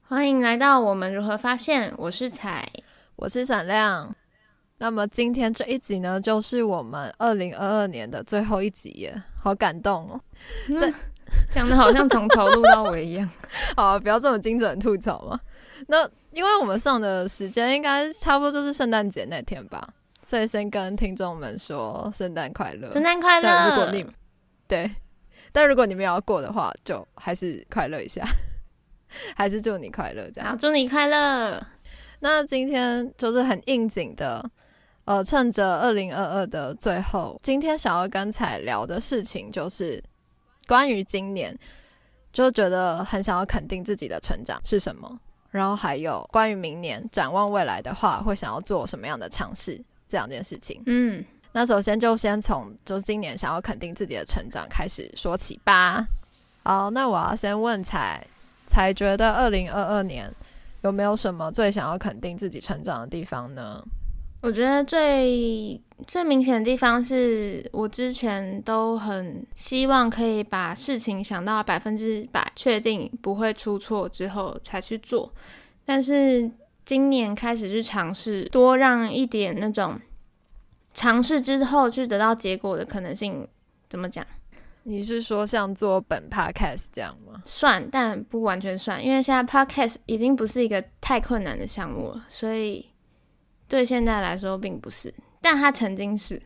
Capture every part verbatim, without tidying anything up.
欢迎来到我们如何发现，我是彩， 我是闪亮。那么今天这一集呢，就是我们二零二二年的最后一集耶，好感动哦！ 嗯、讲的好像从头录到尾一样。 好、啊，不要这么精准吐槽嘛。那因为我们上的时间应该差不多就是圣诞节那天吧，所以先跟听众们说圣诞快乐， 圣诞快乐。 但如果你对，但如果你们要过的话，就还是快乐一下。还是祝你快乐这样。 好，祝你快乐。 那今天就是很应景的，呃，趁着二零二二的最后，今天想要跟彩聊的事情就是关于今年，就觉得很想要肯定自己的成长是什么，然后还有关于明年展望未来的话，会想要做什么样的尝试这两件事情。 嗯， 那首先就先从就是今年想要肯定自己的成长开始说起吧。好，那我要先问彩。才觉得二零二二年有没有什么最想要肯定自己成长的地方呢？ 我觉得最最明显的地方是我之前都很希望可以把事情想到百分之百确定不会出错之后才去做，但是今年开始去尝试多让一点那种尝试之后去得到结果的可能性，怎么讲？ 你是说像做本 podcast 这样吗？ 算，但不完全算，因为现在 podcast 已经不是一个太困难的项目了，所以对现在来说并不是，但它曾经是。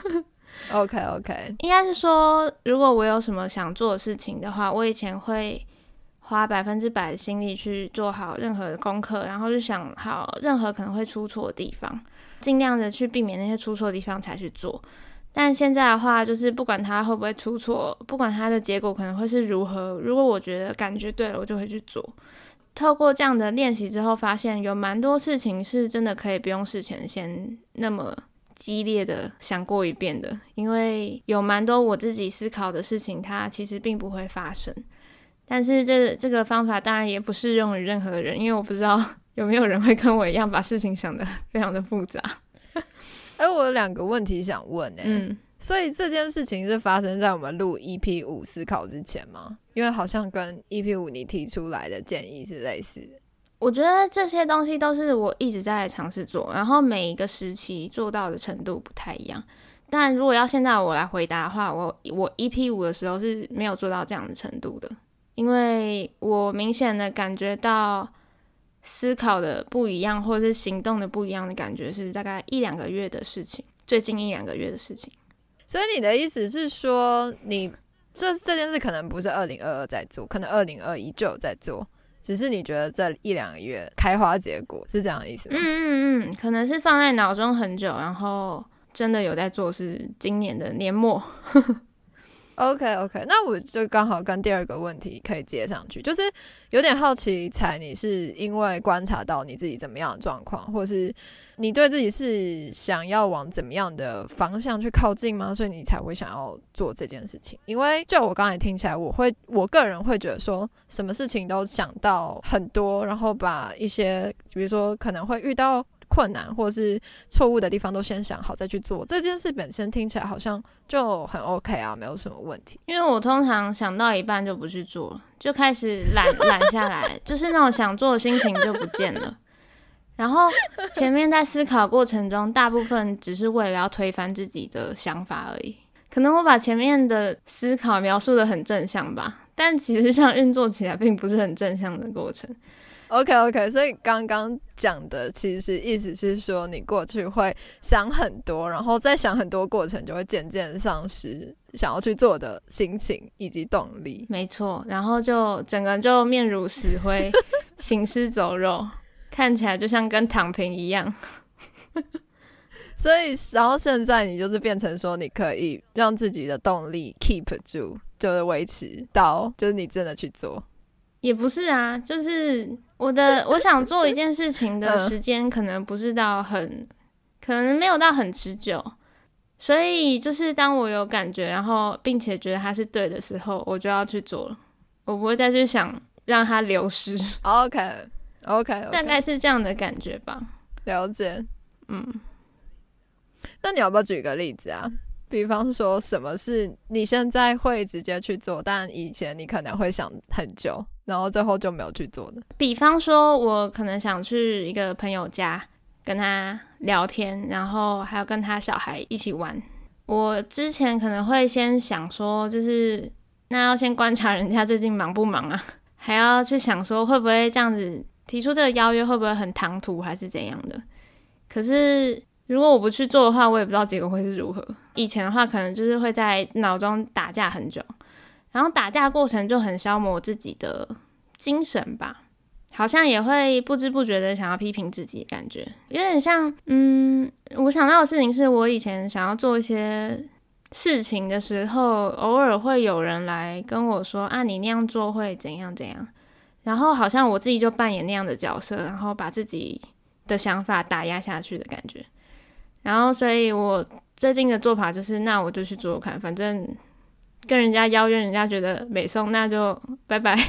OK OK， 应该是说，如果我有什么想做的事情的话，我以前会花百分之百的心力去做好任何的功课，然后就想好任何可能会出错的地方，尽量的去避免那些出错的地方才去做。但现在的话，就是不管它会不会出错，不管它的结果可能会是如何，如果我觉得感觉对了，我就会去做。透过这样的练习之后，发现有蛮多事情是真的可以不用事前先那么激烈的想过一遍的，因为有蛮多我自己思考的事情，它其实并不会发生。但是这这个方法当然也不适用于任何人，因为我不知道有没有人会跟我一样把事情想得非常的复杂。 哎，我有两个问题想问哎、欸嗯，所以这件事情是发生在我们录 E P 五 思考之前吗？因为好像跟 E P 五 你提出来的建议是类似的。 我觉得这些东西都是我一直在尝试做，然后每一个时期做到的程度不太一样。但如果要现在我来回答的话，我我 E P 五 的时候是没有做到这样的程度的，因为我明显的感觉到思考的不一样，或者是行动的不一样的感觉是大概一两个月的事情，最近一两个月的事情。 所以你的意思是说，你这这件事可能不是二零二二在做，可能二零二一就有在做，只是你觉得这一两个月开花结果，是这样的意思吗？ 嗯嗯嗯，可能是放在脑中很久，然后真的有在做，是今年的年末。 OK OK， 那我就刚好跟第二个问题可以接上去，就是有点好奇彩，你是因为观察到你自己怎么样的状况，或是你对自己是想要往怎么样的方向去靠近吗？所以你才会想要做这件事情？因为就我刚才听起来，我会我个人会觉得说，什么事情都想到很多，然后把一些比如说可能会遇到困难或是错误的地方都先想好再去做，这件事本身听起来好像就很 OK 啊，没有什么问题。 因为我通常想到一半就不去做了，就开始懒懒下来，就是那种想做的心情就不见了。然后前面在思考过程中，大部分只是为了要推翻自己的想法而已。可能我把前面的思考描述的很正向吧，但其实上运作起来并不是很正向的过程。 OK OK， 所以刚刚讲的其实意思是说，你过去会想很多，然后在想很多过程就会渐渐丧失想要去做的心情以及动力。 没错，然后就整个人就面如死灰，行尸走肉，看起来就像跟躺平一样。 所以然后现在你就是变成说，你可以让自己的动力 keep 住，就是维持到就是你真的去做。 也不是啊，就是我的我想做一件事情的时间可能不是到很可能没有到很持久，所以就是当我有感觉，然后并且觉得它是对的时候，我就要去做了，我不会再去想让它流失。 OK OK, okay. 大概是这样的感觉吧。 了解。 嗯， 那你要不要举个例子啊？比方说什么是你现在会直接去做，但以前你可能会想很久， 然后最后就没有去做的？ 比方说我可能想去一个朋友家跟他聊天，然后还要跟他小孩一起玩，我之前可能会先想说，就是那要先观察人家最近忙不忙啊，还要去想说会不会这样子提出这个邀约会不会很唐突还是怎样的。可是如果我不去做的话，我也不知道结果会是如何。以前的话可能就是会在脑中打架很久，然后打架过程就很消磨自己的精神吧，好像也会不知不觉的想要批评自己的感觉，有点像嗯，我想到的事情是我以前想要做一些事情的时候，偶尔会有人来跟我说啊，你那样做会怎样怎样，然后好像我自己就扮演那样的角色，然后把自己的想法打压下去的感觉。然后所以我最近的做法就是那我就去做做看，反正跟人家邀约人家觉得没送，那就拜拜。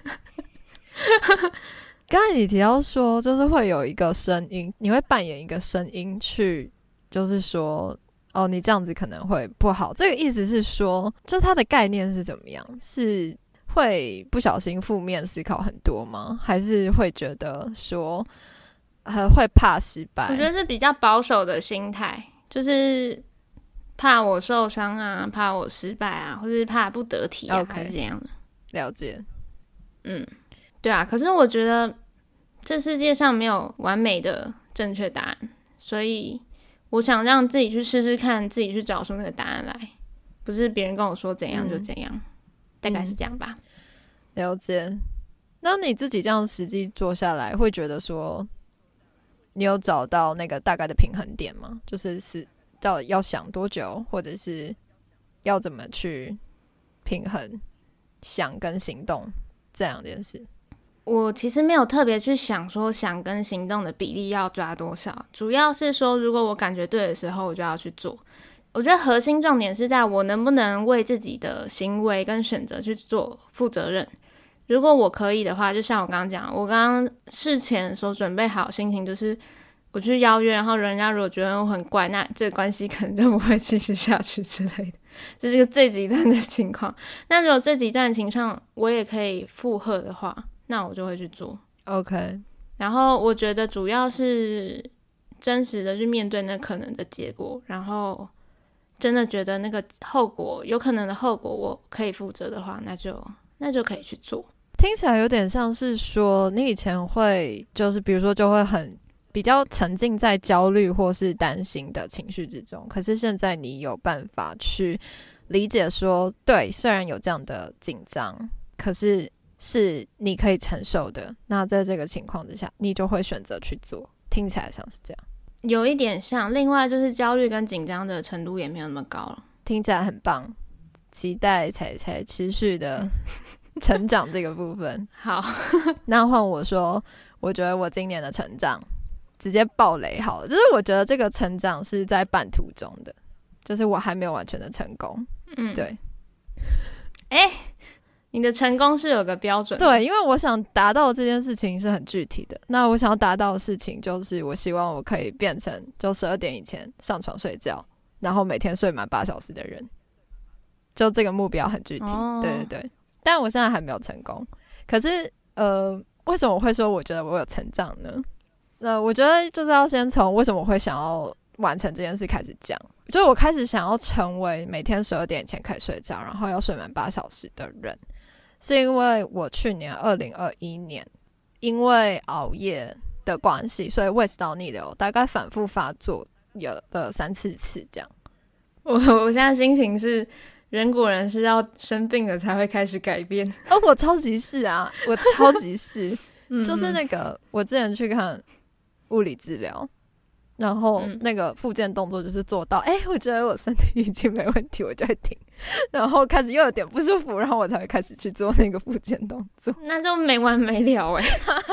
刚才你提到说就是会有一个声音，你会扮演一个声音去就是说哦你这样子可能会不好，这个意思是说就它的概念是怎么样？是会不小心负面思考很多吗？还是会觉得说很会怕失败？ 我觉得是比较保守的心态，就是怕我受伤啊，怕我失败啊，或是怕不得体啊， okay, 还是怎样的。 了解。 嗯，对啊，可是我觉得这世界上没有完美的正确答案，所以我想让自己去试试看，自己去找出那个答案来，不是别人跟我说怎样就怎样、嗯、大概是这样吧、 嗯、了解。那你自己这样实际做下来会觉得说你有找到那个大概的平衡点吗？就是是到底要想多久，或者是要怎么去平衡想跟行动这两件事？ 我其实没有特别去想说想跟行动的比例要抓多少，主要是说如果我感觉对的时候我就要去做。我觉得核心重点是在我能不能为自己的行为跟选择去做负责任。如果我可以的话，就像我刚刚讲，我刚刚事前所准备好心情就是我去邀约，然后人家如果觉得我很怪，那这个关系可能就不会继续下去之类的，这是个最极端的情况。那如果最极端的情况我也可以负荷的话，那我就会去做。 OK， 然后我觉得主要是真实的去面对那可能的结果，然后真的觉得那个后果有可能的后果我可以负责的话，那就那就可以去做。 听起来有点像是说你以前会就是比如说就会很比较沉浸在焦虑或是担心的情绪之中，可是现在你有办法去理解说对，虽然有这样的紧张，可是是你可以承受的，那在这个情况之下你就会选择去做。听起来像是这样， 有一点像。另外就是焦虑跟紧张的程度也没有那么高了。 听起来很棒，期待彩彩持续的成长这个部分。 好， 那换我说，我觉得我今年的成长直接爆雷好了，就是我觉得这个成长是在半途中的，就是我还没有完全的成功。嗯，对。 哎、欸，你的成功是有个标准的。 对，因为我想达到这件事情是很具体的。那我想要达到的事情就是我希望我可以变成就十二点以前上床睡觉，然后每天睡满八小时的人。就这个目标很具体。哦，对对对。但我现在还没有成功。可是呃，为什么我会说我觉得我有成长呢？那我觉得就是要先从为什么我会想要完成这件事开始讲。就是我开始想要成为每天十二点以前可以睡觉，然后要睡满八小时的人，是因为我去年二零二一年因为熬夜的关系，所以胃食道逆流大概反复发作有了三四次这样。 我我现在心情是人果然是要生病了才会开始改变。 哦，我超级是啊，我超级是就是那个我之前去看物理治疗，然后那个复健动作就是做到哎、欸，我觉得我身体已经没问题我就会停，然后开始又有点不舒服，然后我才会开始去做那个复健动作。 那就没完没了哎、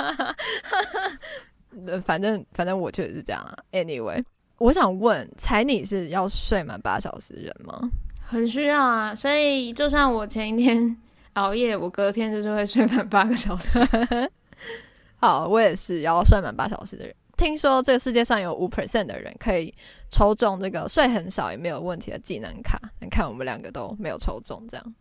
欸。反正反正我确实是这样啊。 Anyway， 我想问彩你是要睡满八小时人吗？ 很需要啊，所以就算我前一天熬夜，我隔天就是会睡满八个小时。 好，我也是要睡满八小时的人。听说这个世界上有 百分之五 的人可以抽中这个睡很少也没有问题的技能卡，你看我们两个都没有抽中这样。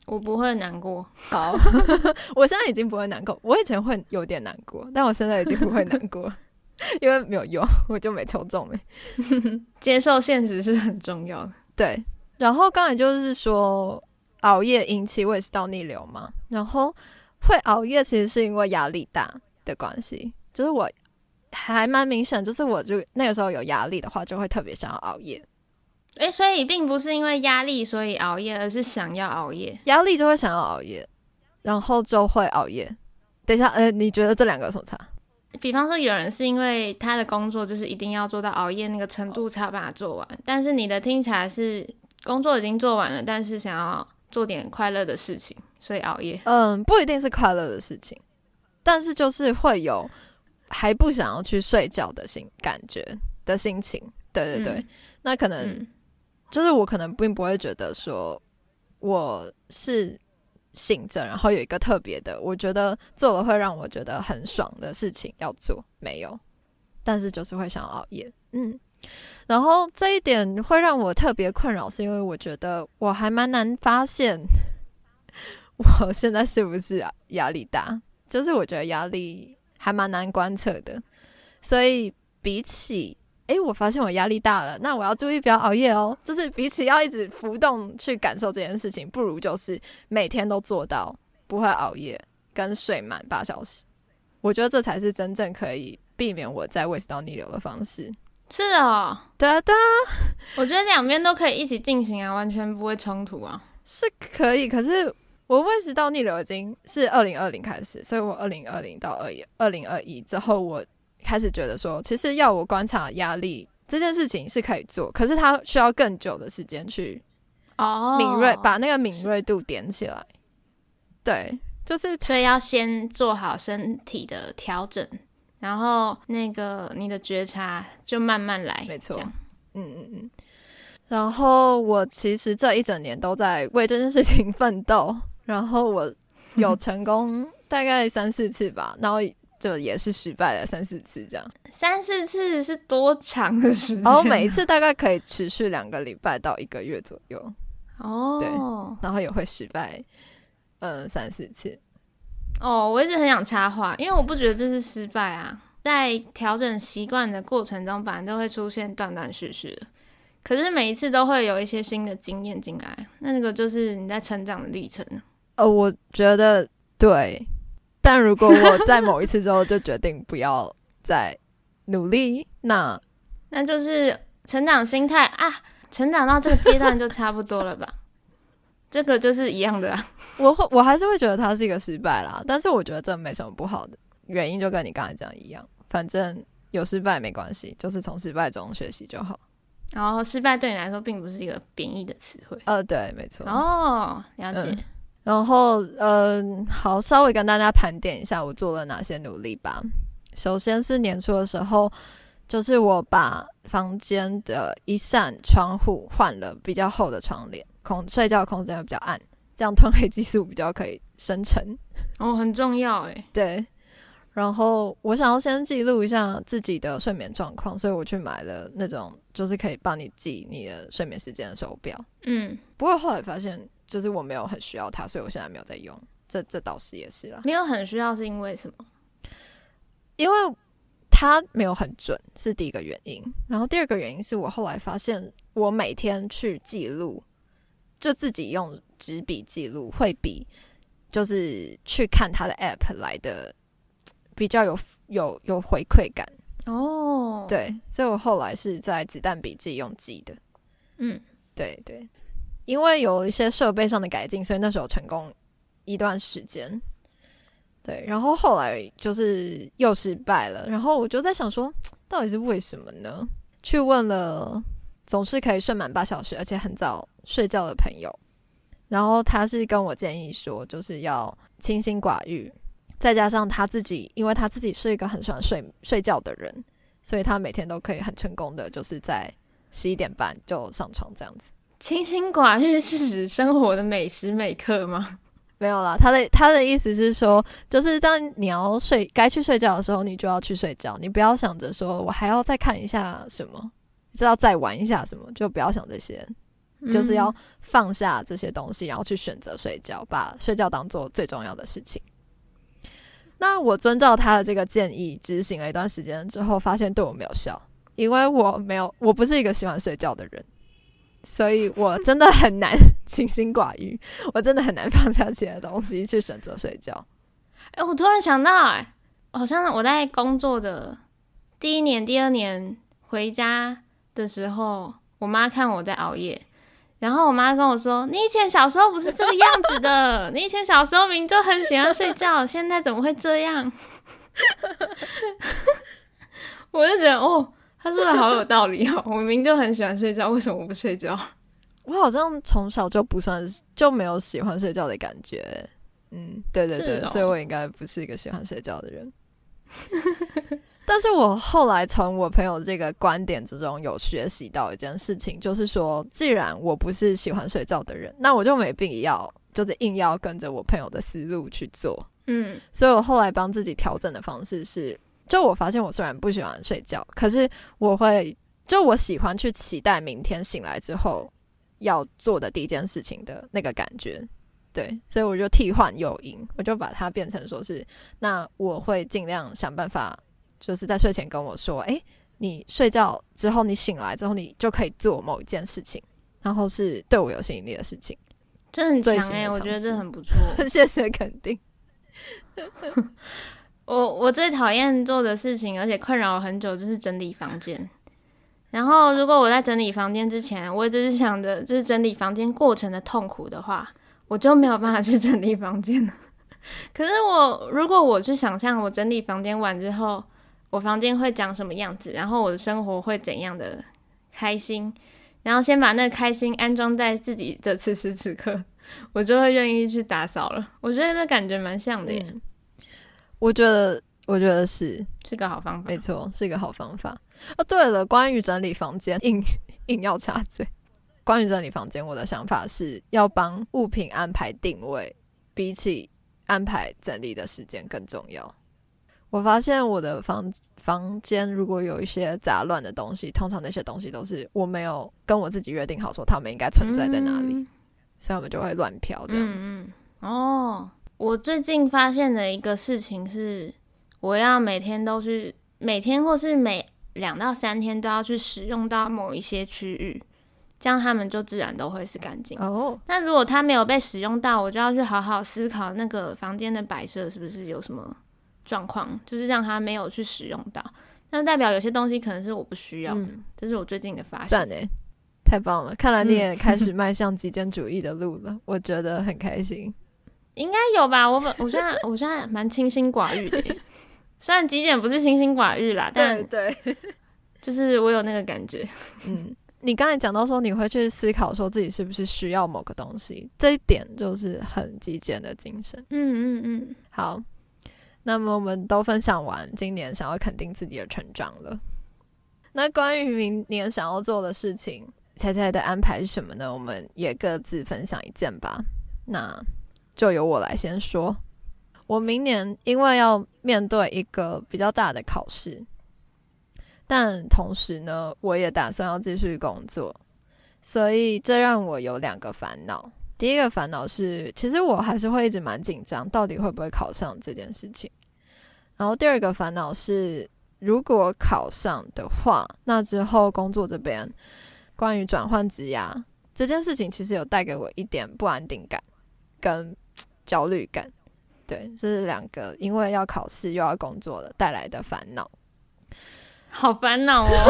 我不会难过。 好，我现在已经不会难过，我以前会有点难过，但我现在已经不会难过，因为没有用，我就没抽中欸。 接受现实是很重要的。 对，然后刚才就是说熬夜引起胃食道逆流嘛，然后会熬夜其实是因为压力大的关系，就是我还蛮明显，就是我就那个时候有压力的话，就会特别想要熬夜。 诶，所以并不是因为压力所以熬夜，而是想要熬夜。 压力就会想要熬夜，然后就会熬夜。等一下，呃，你觉得这两个有什么差？ 比方说有人是因为他的工作就是一定要做到熬夜那个程度才有办法做完，但是你的听起来是工作已经做完了，但是想要做点快乐的事情，所以熬夜。 嗯，不一定是快乐的事情，但是就是会有还不想要去睡觉的心感觉的心情。对对对，嗯、那可能、嗯、就是我可能并不会觉得说我是醒着然后有一个特别的我觉得做了会让我觉得很爽的事情要做，没有，但是就是会想熬夜。嗯，然后这一点会让我特别困扰，是因为我觉得我还蛮难发现我现在是不是压力大，就是我觉得压力还蛮难观测的，所以比起诶我发现我压力大了，那我要注意不要熬夜哦，就是比起要一直浮动去感受这件事情，不如就是每天都做到不会熬夜跟睡满八小时，我觉得这才是真正可以避免我在胃食道逆流的方式。 是哦， 对啊对啊， 我觉得两边都可以一起进行啊，完全不会冲突啊。 是可以，可是我胃食道逆流已经是二零二零开始，所以我二零二零到二零二一之后，我开始觉得说其实要我观察压力这件事情是可以做，可是它需要更久的时间去敏锐、oh, 把那个敏锐度点起来。对，就是所以要先做好身体的调整，然后那个你的觉察就慢慢来。 没错，嗯嗯嗯。然后我其实这一整年都在为这件事情奋斗，然后我有成功大概三四次吧，然后就也是失败了三四次这样。三四次是多长的时间？ 然后每一次大概可以持续两个礼拜到一个月左右。 哦， 对，然后也会失败，嗯，三四次。 哦，我一直很想插话，因为我不觉得这是失败啊。在调整习惯的过程中，本来都会出现断断续续的，可是每一次都会有一些新的经验进来，那那个就是你在成长的历程。 呃，我觉得对。但如果我在某一次之后就决定不要再努力，那那就是成长心态啊，成长到这个阶段就差不多了吧？这个就是一样的啊。 我会我还是会觉得它是一个失败啦，但是我觉得这没什么不好的，原因就跟你刚才讲一样，反正有失败没关系，就是从失败中学习就好。 然后失败对你来说并不是一个贬义的词汇。 呃，对，没错。 哦，了解。嗯， 然后呃，好，稍微跟大家盘点一下我做了哪些努力吧。首先是年初的时候，就是我把房间的一扇窗户换了比较厚的窗帘，空睡觉的空间会比较暗，这样褪黑激素比较可以生成。 哦，很重要耶。 对，然后我想要先记录一下自己的睡眠状况，所以我去买了那种就是可以帮你记你的睡眠时间的手表。嗯，不过后来发现就是我没有很需要它，所以我现在没有在用。这这倒是也是啦。 没有很需要是因为什么？ 因为它没有很准是第一个原因，然后第二个原因是我后来发现我每天去记录，就自己用纸笔记录会比就是去看它的 app 来的比较有有有回馈感。哦，对，所以我后来是在子弹笔记用记的。嗯，对对，因为有一些设备上的改进，所以那时候成功一段时间。对，然后后来就是又失败了，然后我就在想说到底是为什么呢？去问了总是可以睡满八小时而且很早睡觉的朋友，然后他是跟我建议说就是要清心寡欲，再加上他自己因为他自己是一个很喜欢睡睡觉的人，所以他每天都可以很成功的就是在十一点半就上床这样子。 清心寡欲是指生活的每时每刻吗？ 没有啦，他的他的意思是说，就是当你要睡该去睡觉的时候，你就要去睡觉，你不要想着说我还要再看一下什么，知道再玩一下什么，就不要想这些。 嗯、就是要放下这些东西，然后去选择睡觉，把睡觉当做最重要的事情。那我遵照他的这个建议执行了一段时间之后，发现对我没有效，因为我没有，我不是一个喜欢睡觉的人，所以我真的很难清心寡欲，我真的很难放下这些东西去选择睡觉。 哎、欸，我突然想到、欸，哎，好像我在工作的第一年、第二年回家的时候，我妈看我在熬夜。然后我妈跟我说，你以前小时候不是这个样子的，你以前小时候明明就很喜欢睡觉，现在怎么会这样？我就觉得哦，她说的好有道理哦，我明明就很喜欢睡觉，为什么我不睡觉？ 我好像从小就不算就没有喜欢睡觉的感觉。嗯，对对对、哦、所以我应该不是一个喜欢睡觉的人。但是我后来从我朋友这个观点之中有学习到一件事情，就是说既然我不是喜欢睡觉的人，那我就没必要就是硬要跟着我朋友的思路去做。嗯，所以我后来帮自己调整的方式是，就我发现我虽然不喜欢睡觉，可是我会就我喜欢去期待明天醒来之后要做的第一件事情的那个感觉。对，所以我就替换诱因，我就把它变成说是，那我会尽量想办法就是在睡前跟我说，诶，你睡觉之后你醒来之后你就可以做某一件事情，然后是对我有吸引力的事情。 这很强欸，我觉得这很不错。 谢谢肯定。 我我最讨厌做的事情，而且困扰我很久，就是整理房间。然后如果我在整理房间之前，我只是想着就是整理房间过程的痛苦的话，我就没有办法去整理房间了。可是我如果我去想象我整理房间完之后，我房间会长什么样子，然后我的生活会怎样的开心，然后先把那个开心安装在自己的此时此刻，我就会愿意去打扫了。我觉得这感觉蛮像的耶。嗯， 我觉得我觉得是是个好方法， 没错，是一个好方法。哦，对了，关于整理房间，硬硬要插嘴。关于整理房间，我的想法是要帮物品安排定位，比起安排整理的时间更重要。我发现我的房房间如果有一些杂乱的东西，通常那些东西都是我没有跟我自己约定好说他们应该存在在哪里，嗯，所以他们就会乱飘这样子。嗯嗯哦，我最近发现的一个事情是，我要每天都去，每天或是每两到三天都要去使用到某一些区域，这样他们就自然都会是干净。哦，那如果它没有被使用到，我就要去好好思考那个房间的摆设是不是有什么状况，就是让它没有去使用到，那代表有些东西可能是我不需要的。嗯，这是我最近的发现。 赞耶，太棒了，看来你也开始迈向极简主义的路了。我觉得很开心。 应该有吧，我我现在我现在蛮清心寡欲的耶。虽然极简不是清心寡欲啦，但对对， 就是我有那个感觉。 嗯，你刚才讲到说你会去思考说自己是不是需要某个东西，这一点就是很极简的精神。嗯嗯嗯，好，那么我们都分享完今年想要肯定自己的成长了。那关于明年想要做的事情，猜猜的安排是什么呢？我们也各自分享一件吧。那就由我来先说。我明年因为要面对一个比较大的考试，但同时呢，我也打算要继续工作，所以这让我有两个烦恼。第一个烦恼是，其实我还是会一直蛮紧张，到底会不会考上这件事情。然后第二个烦恼是，如果考上的话，那之后工作这边关于转换职涯这件事情，其实有带给我一点不安定感跟焦虑感。对，这是两个因为要考试又要工作了带来的烦恼。 好烦恼哦。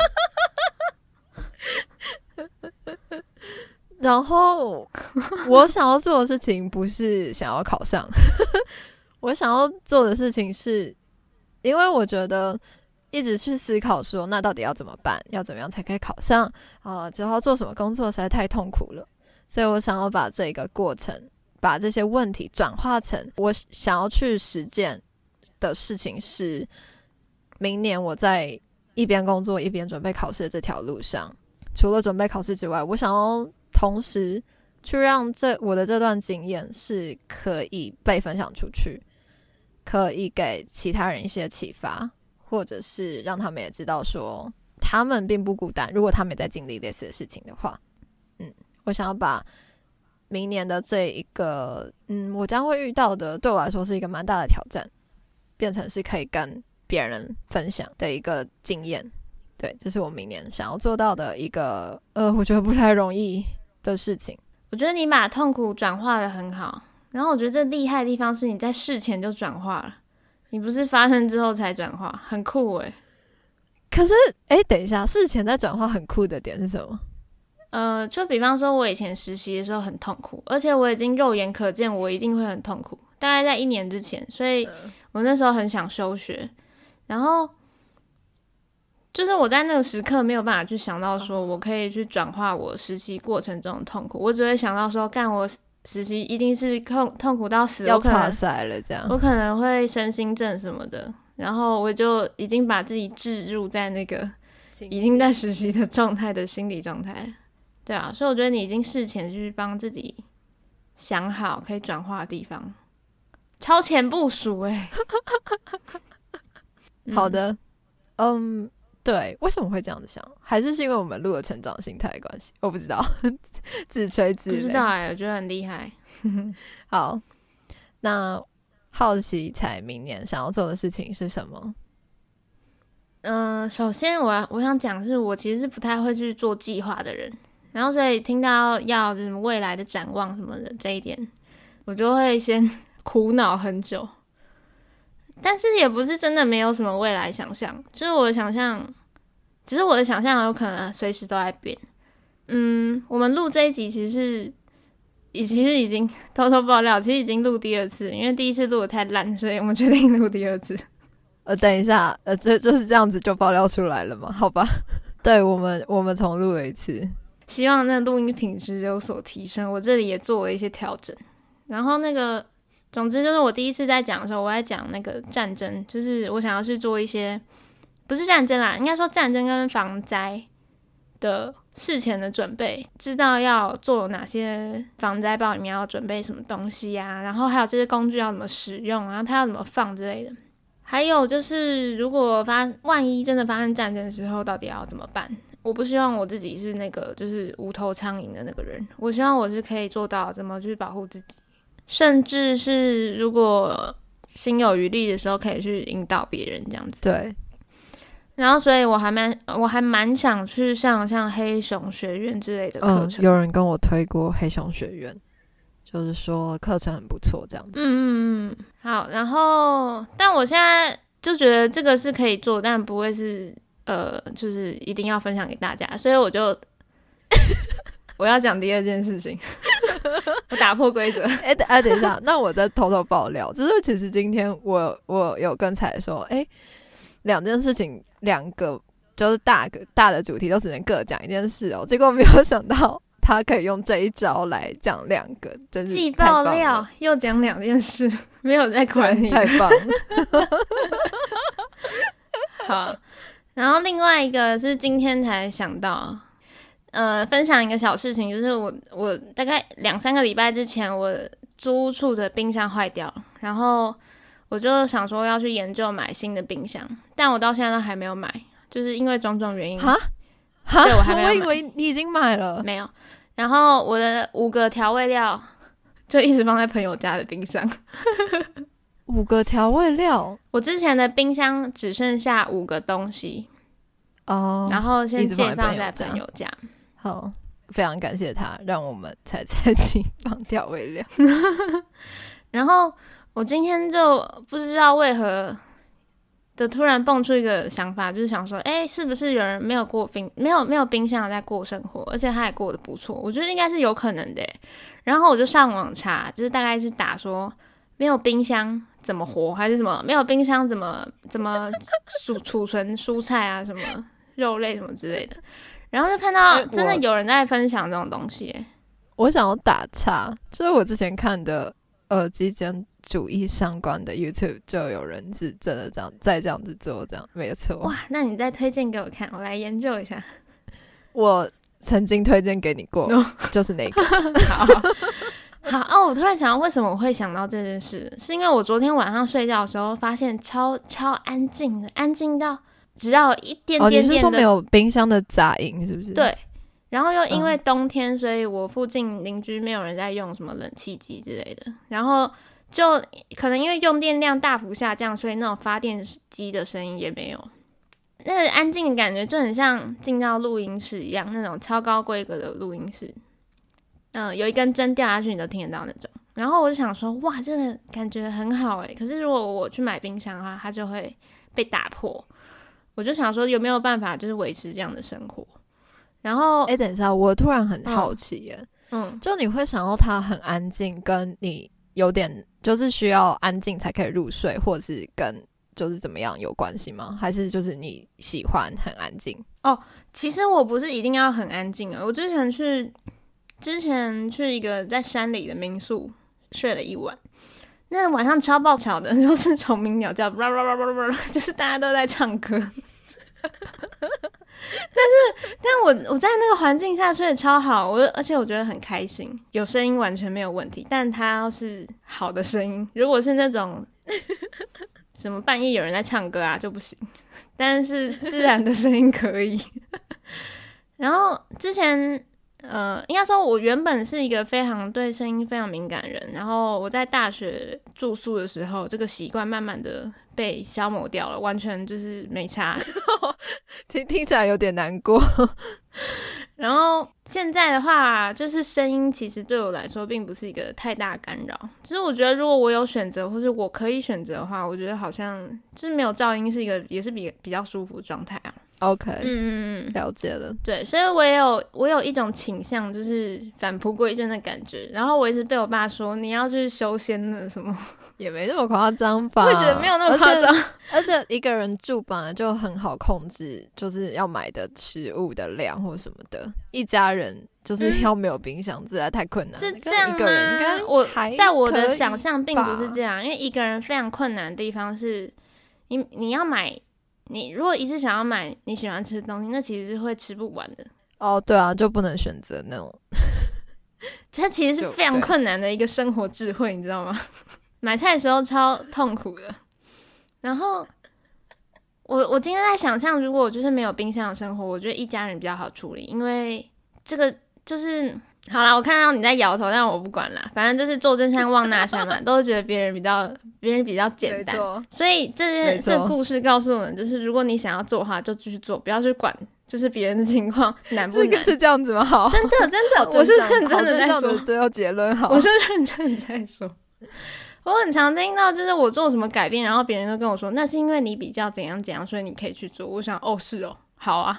然后我想要做的事情不是想要考上。我想要做的事情是，因为我觉得一直去思考说那到底要怎么办，要怎么样才可以考上啊？之后做什么工作实在太痛苦了，所以我想要把这个过程，把这些问题转化成我想要去实践的事情，是明年我在一边工作一边准备考试的这条路上，除了准备考试之外，我想要同时去让这我的这段经验是可以被分享出去，可以给其他人一些启发，或者是让他们也知道说他们并不孤单，如果他们也在经历类似的事情的话。嗯， 我想要把明年的这一个嗯，我将会遇到的对我来说是一个蛮大的挑战，变成是可以跟别人分享的一个经验。对，这是我明年想要做到的一个呃，我觉得不太容易的事情。 我觉得你把痛苦转化得很好，然后我觉得这厉害的地方是你在事前就转化了，你不是发生之后才转化，很酷耶。 可是诶，等一下，事前在转化很酷的点是什么？ 呃，就比方说我以前实习的时候很痛苦，而且我已经肉眼可见我一定会很痛苦，大概在一年之前，所以我那时候很想休学，然后就是我在那个时刻没有办法去想到说我可以去转化我实习过程中的痛苦，我只会想到说干我实习一定是痛痛苦到死， 要岔赛了这样， 我可能会身心症什么的，然后我就已经把自己置入在那个已经在实习的状态的心理状态。对啊，所以我觉得你已经事前去帮自己想好可以转化的地方，超前部署欸。 好的，嗯，对，为什么会这样子想？还是是因为我们录了成长心态的关系？我不知道，自吹自擂。 不知道哎、欸，我觉得很厉害。 好，那好奇才明年想要做的事情是什么？ 嗯、呃，首先我我想讲是我其实是不太会去做计划的人，然后所以听到要什么未来的展望什么的这一点，我就会先苦恼很久。但是也不是真的没有什么未来想象，就是我的想象，只是我的想象有可能随时都在变。嗯，我们录这一集其实是，其实已经偷偷爆料，其实已经录第二次，因为第一次录的太烂，所以我们决定录第二次。 呃，等一下，呃，这就是这样子就爆料出来了吗？好吧，对我们我们重录了一次， 希望那个录音品质有所提升，我这里也做了一些调整。然后那个，总之就是我第一次在讲的时候，我在讲那个战争，就是我想要去做一些，不是战争啦，应该说战争跟防灾的事前的准备，知道要做哪些防灾包里面要准备什么东西啊，然后还有这些工具要怎么使用，然后它要怎么放之类的。还有就是，如果发万一真的发生战争的时候，到底要怎么办？我不希望我自己是那个就是无头苍蝇的那个人，我希望我是可以做到怎么去保护自己，甚至是如果心有余力的时候，可以去引导别人这样子。 对。 然后，所以我还蛮我还蛮想去上像黑熊学院之类的课程。 嗯，有人跟我推过黑熊学院。就是说课程很不错这样子。 嗯嗯嗯，好，然后但我现在就觉得这个是可以做，但不会是呃，就是一定要分享给大家，所以我就我要讲第二件事情，我打破规则。 哎、欸啊，等一下，那我再偷偷爆料，就是其实今天我我有跟彩说，哎、欸，两件事情，两个就是大个大的主题都只能各讲一件事哦，结果没有想到。他可以用这一招来讲两个，真是既爆料又讲两件事，没有在管你， 太棒了。 好，然后另外一个是今天才想到，呃，分享一个小事情，就是我我大概两三个礼拜之前，我租屋处的冰箱坏掉了，然后我就想说要去研究买新的冰箱，但我到现在都还没有买，就是因为种种原因。 哈哈， 对，我还没有买。 我以为你已经买了， 没有。然后我的五个调味料就一直放在朋友家的冰箱。 五个调味料， 我之前的冰箱只剩下五个东西哦， 然后先借放在朋友家。 好，非常感谢他，让我们才才进放调味料。 然后我今天就不知道为何的突然蹦出一个想法，就是想说，哎，是不是有人没有过冰，没有没有冰箱在过生活，而且他也过得不错？我觉得应该是有可能的。然后我就上网查，就是大概是打说没有冰箱怎么活，还是什么没有冰箱怎么怎么储储存蔬菜啊，什么肉类什么之类的。然后就看到真的有人在分享这种东西。欸、 我想要打岔，就是我之前看的耳机间。主义相关的 YouTube 就有人是真的这样在这样子做，这样没错。 哇，那你再推荐给我看，我来研究一下。 我曾经推荐给你过， no. 就是那个。 好好哦，我突然想到为什么我会想到这件事，是因为我昨天晚上睡觉的时候发现超超安静的，安静到只要有一点点点的。 哦，你是说没有冰箱的杂音是不是？ 对， 然后又因为冬天，所以我附近邻居没有人在用什么冷气机之类的，然后就可能因为用电量大幅下降，所以那种发电机的声音也没有。那个安静的感觉就很像进到录音室一样，那种超高规格的录音室，嗯、呃，有一根针掉下去你都听得到那种。然后我就想说，哇，这个感觉很好诶。可是如果我去买冰箱的话，它就会被打破。我就想说，有没有办法就是维持这样的生活？然后， 哎、欸，等一下，我突然很好奇耶，嗯，就你会想要它很安静，跟你有点就是需要安静才可以入睡，或者是跟就是怎么样有关系吗？还是就是你喜欢很安静？ 哦，其实我不是一定要很安静啊。我之前去之前去一个在山里的民宿睡了一晚，那晚上超爆吵的，就是虫鸣鸟叫，就是大家都在唱歌。但是，但我我在那个环境下睡得超好，我而且我觉得很开心，有声音完全没有问题。但它要是好的声音，如果是那种什么半夜有人在唱歌啊就不行，但是自然的声音可以。然后之前呃，应该说我原本是一个非常对声音非常敏感的人，然后我在大学住宿的时候，这个习惯慢慢的被消磨掉了，完全就是没差。 听听起来有点难过。 然后现在的话，就是声音其实对我来说并不是一个太大干扰。其实我觉得如果我有选择，或是我可以选择的话，我觉得好像就是没有噪音是一个也是比比较舒服的状态啊。 OK， 嗯嗯嗯， 了解了。 对，所以我也有我有一种倾向，就是返璞归真的感觉。然后我一直被我爸说你要去修仙的什么， 也没那么夸张吧？ 我也觉得没有那么夸张。 而且一个人住本来就很好控制，就是要买的食物的量或什么的。一家人就是要没有冰箱，实在太困难了。 是这样吗？ 一个人应该我还在我的想象并不是这样，因为一个人非常困难的地方是，你你要买。你如果一次想要买你喜欢吃的东西，那其实是会吃不完的。 哦，对啊，就不能选择那种。 它其实是非常困难的一个生活智慧，你知道吗？买菜的时候超痛苦的。然后我我今天在想象，如果我就是没有冰箱的生活，我觉得一家人比较好处理，因为这个就是好啦，我看到你在摇头，但我不管啦，反正就是坐这山望那山嘛，都觉得别人比较别人比较简单，所以这这故事告诉我们，就是如果你想要做的话，就继续做，不要去管就是别人的情况难不难， 是这样子吗？好， 真的真的，我是认真的在说， 最后结论好， 我是认真的在说。我很常听到，就是我做什么改变，然后别人都跟我说，那是因为你比较怎样怎样，所以你可以去做。我想，哦，是哦，好啊。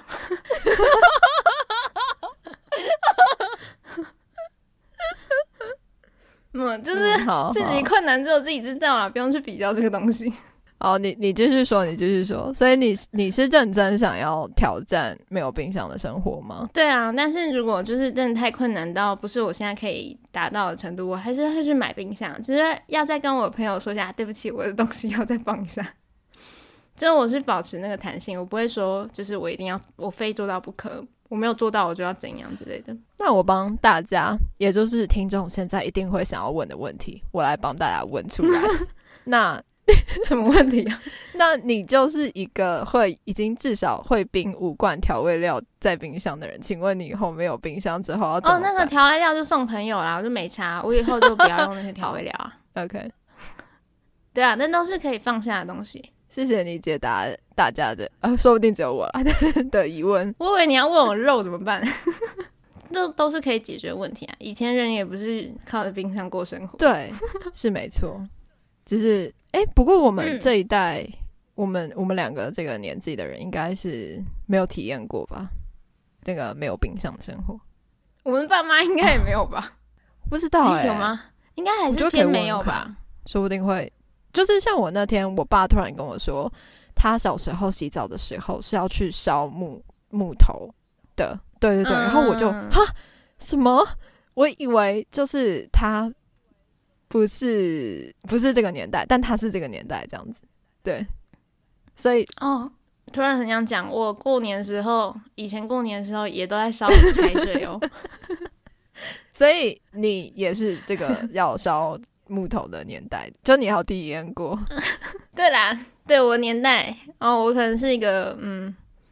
嗯，就是自己困难只有自己知道啦，不用去比较这个东西。 好，你你继续说，你继续说。所以你你是认真想要挑战没有冰箱的生活吗？ 对啊，但是如果就是真的太困难到不是我现在可以达到的程度，我还是会去买冰箱，只是要再跟我朋友说一下，对不起，我的东西要再放一下。就是我是保持那个弹性，我不会说就是我一定要我非做到不可，我没有做到我就要怎样之类的。 那我帮大家，也就是听众现在一定会想要问的问题，我来帮大家问出来。那什么问题啊？ 那你就是一个会已经至少会冰五罐调味料在冰箱的人，请问你以后没有冰箱之后要怎么办？ 哦，那个调味料就送朋友啦，我就没差，我以后就不要用那些调味料啊。 OK， 对啊，那都是可以放下的东西。 谢谢你解答大家的，呃，说不定只有我啦的疑问。 我以为你要问我肉怎么办，都都是可以解决问题啊。以前人也不是靠着冰箱过生活， 对，是没错。只是，哎、欸，不过我们这一代，嗯、我们我们两个这个年纪的人，应该是没有体验过吧？那个没有冰箱的生活， 我们爸妈应该也没有吧？ 不知道哎、欸， 有吗？应该还是偏没有吧？ 说不定会。就是像我那天，我爸突然跟我说，他小时候洗澡的时候是要去烧木木头的，对对对，嗯、然后我就哈什么？我以为就是他不是不是这个年代，但他是这个年代这样子，对，所以哦，突然很想讲，我过年的时候，以前过年的时候也都在烧柴水哦， 所以你也是这个要烧木头的年代，就你好体验过。 对啦，对我年代哦，我可能是一个嗯，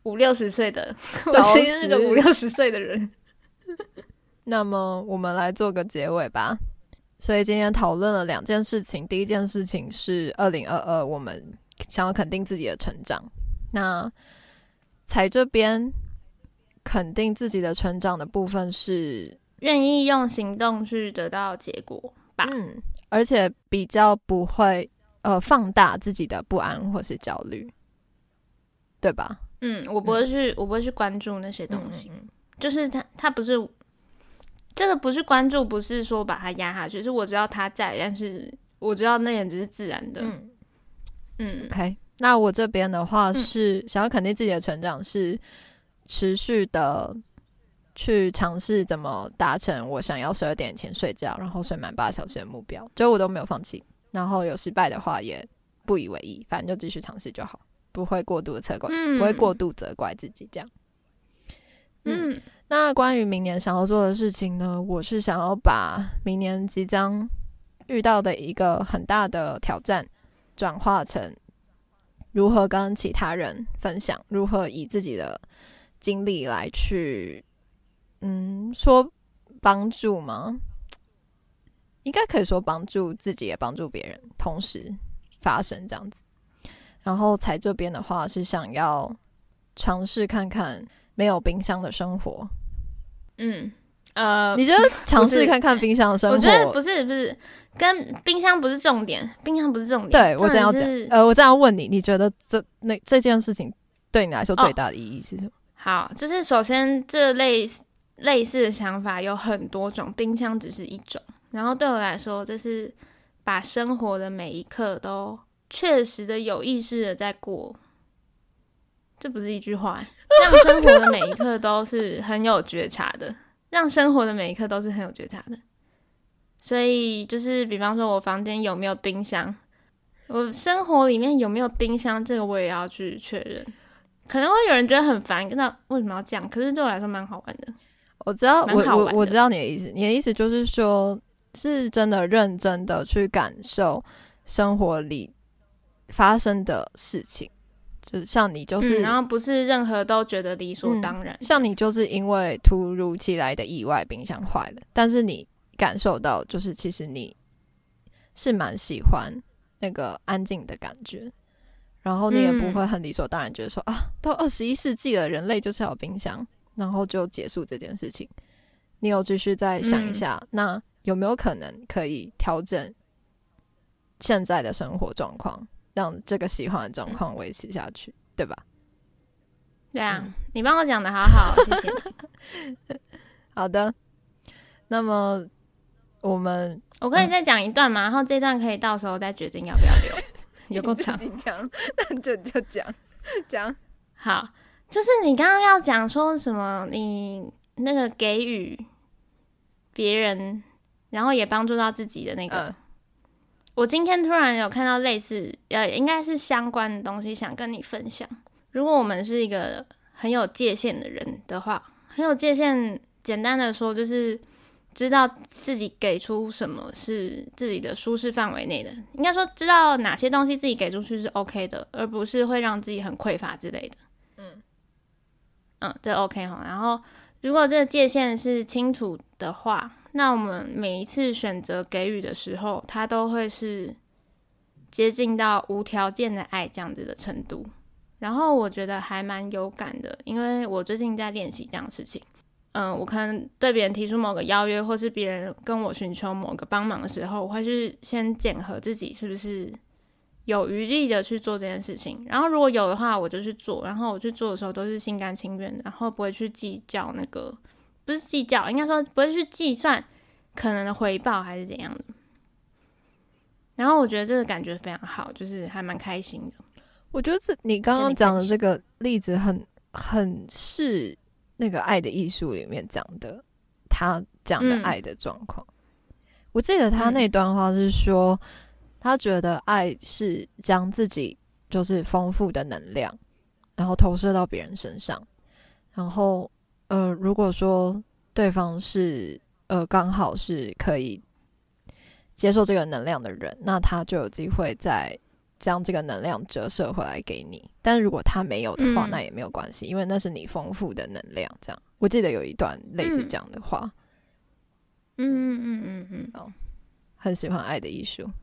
五六十岁的，我其实是个五六十岁的人。 那么我们来做个结尾吧。所以今天讨论了两件事情，第一件事情是二零二二我们想要肯定自己的成长，那才这边肯定自己的成长的部分是愿意用行动去得到结果吧。 嗯，而且比较不会呃放大自己的不安或是焦虑，对吧？ 嗯，我不会去、嗯、我不会去关注那些东西。嗯嗯嗯，就是他他不是这个不是关注，不是说把它压下去，是我知道他在，但是我知道那也只是自然的。嗯嗯 OK， 那我这边的话是、嗯、想要肯定自己的成长，是持续的去尝试怎么达成我想要十二点前睡觉，然后睡满八小时的目标，就我都没有放弃。然后有失败的话也不以为意，反正就继续尝试就好，不会过度的责怪、嗯，不会过度责怪自己这样。嗯，嗯，那关于明年想要做的事情呢，我是想要把明年即将遇到的一个很大的挑战转化成如何跟其他人分享，如何以自己的经历来去嗯说帮助吗？应该可以说帮助自己也帮助别人同时发生这样子。然后才这边的话是想要尝试看看没有冰箱的生活。 嗯呃， 你觉得尝试看看冰箱的生活？ 我觉得不是不是，跟冰箱不是重点，冰箱不是重点。 对，我这样讲，呃，我这样问你，你觉得这那这件事情对你来说最大的意义是什么？哦、 好，就是首先这类类似的想法有很多种，冰箱只是一种。然后对我来说，就是把生活的每一刻都确实的有意识的在过。这不是一句话，让生活的每一刻都是很有觉察的，让生活的每一刻都是很有觉察的。所以就是比方说我房间有没有冰箱，我生活里面有没有冰箱，这个我也要去确认。可能会有人觉得很烦，那为什么要这样？可是对我来说蛮好玩的。 我知道，我我我知道你的意思。你的意思就是说，是真的认真的去感受生活里发生的事情。就是像你就是、 嗯、然后不是任何都觉得理所当然、 嗯、像你就是因为突如其来的意外冰箱坏了，但是你感受到就是其实你是蛮喜欢那个安静的感觉，然后你也不会很理所当然觉得说、嗯、啊，到二十一世纪了人类就是要有冰箱，然后就结束这件事情。你有继续再想一下、嗯、那有没有可能可以调整现在的生活状况，让这个喜欢的状况维持下去、嗯、对吧？ 对啊、嗯、你帮我讲的好好，谢谢你。 好的，那么我们我可以再讲一段吗、嗯、然后这段可以到时候再决定要不要留。有够长， 你自己讲，那就就讲讲。 好，就是你刚刚要讲说什么，你那个给予别人，然后也帮助到自己的那个。嗯，我今天突然有看到类似呃，应该是相关的东西，想跟你分享。如果我们是一个很有界限的人的话，很有界限，简单的说就是知道自己给出什么是自己的舒适范围内的，应该说知道哪些东西自己给出去是 OK 的，而不是会让自己很匮乏之类的。嗯嗯，这 OK 齁。然后如果这个界限是清楚的话，那我们每一次选择给予的时候，它都会是接近到无条件的爱这样子的程度。然后我觉得还蛮有感的，因为我最近在练习这样的事情。嗯，我可能对别人提出某个邀约，或是别人跟我寻求某个帮忙的时候，我会去先检核自己是不是有余力的去做这件事情。然后如果有的话，我就去做。然后我去做的时候都是心甘情愿的，然后不会去计较那个，不是计较，应该说不会去计算可能的回报还是怎样的。然后我觉得这个感觉非常好，就是还蛮开心的。 我觉得这你刚刚讲的这个例子很很是那个爱的艺术里面讲的，他讲的爱的状况、嗯。我记得他那段话是说、嗯，他觉得爱是将自己就是丰富的能量，然后投射到别人身上，然后呃，如果说对方是呃刚好是可以接受这个能量的人，那他就有机会在将这个能量折射回来给你，但是如果他没有的话、嗯、那也没有关系，因为那是你丰富的能量。这样我记得有一段类似这样的话。 嗯嗯嗯嗯嗯， 哦，很喜欢爱的艺术。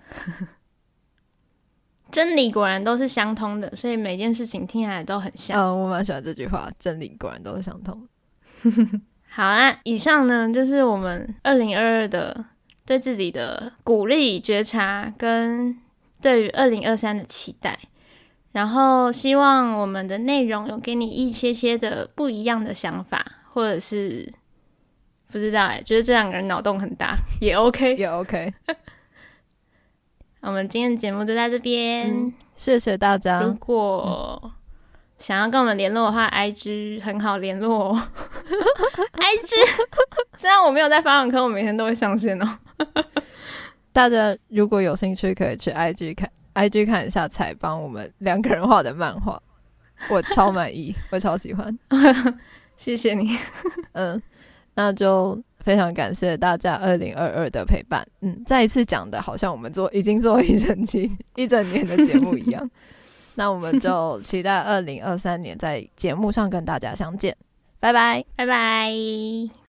真理果然都是相通的，所以每件事情听起来都很像。 嗯，我蛮喜欢这句话，真理果然都是相通的。好啊，以上呢就是我们二零二二的对自己的鼓励、觉察跟对于二零二三的期待，然后希望我们的内容有给你一些些的不一样的想法，或者是不知道欸，觉得这两个人脑洞很大也 OK 也 OK。 我们今天的节目就在这边、嗯、 谢谢大家。 如果想要跟我们联络的话 I G 很好联络哦I G 虽然我没有在发网课，我每天都会上线哦大家如果有兴趣可以去 I G 看 I G 看一下采帮我们两个人画的漫画，我超满意我超喜欢谢谢你嗯，那就非常感谢大家二零二二的陪伴。嗯，再一次讲的好像我们做已经做一整期一整年的节目一样那我们就期待二零二三年在节目上跟大家相见，拜拜拜拜。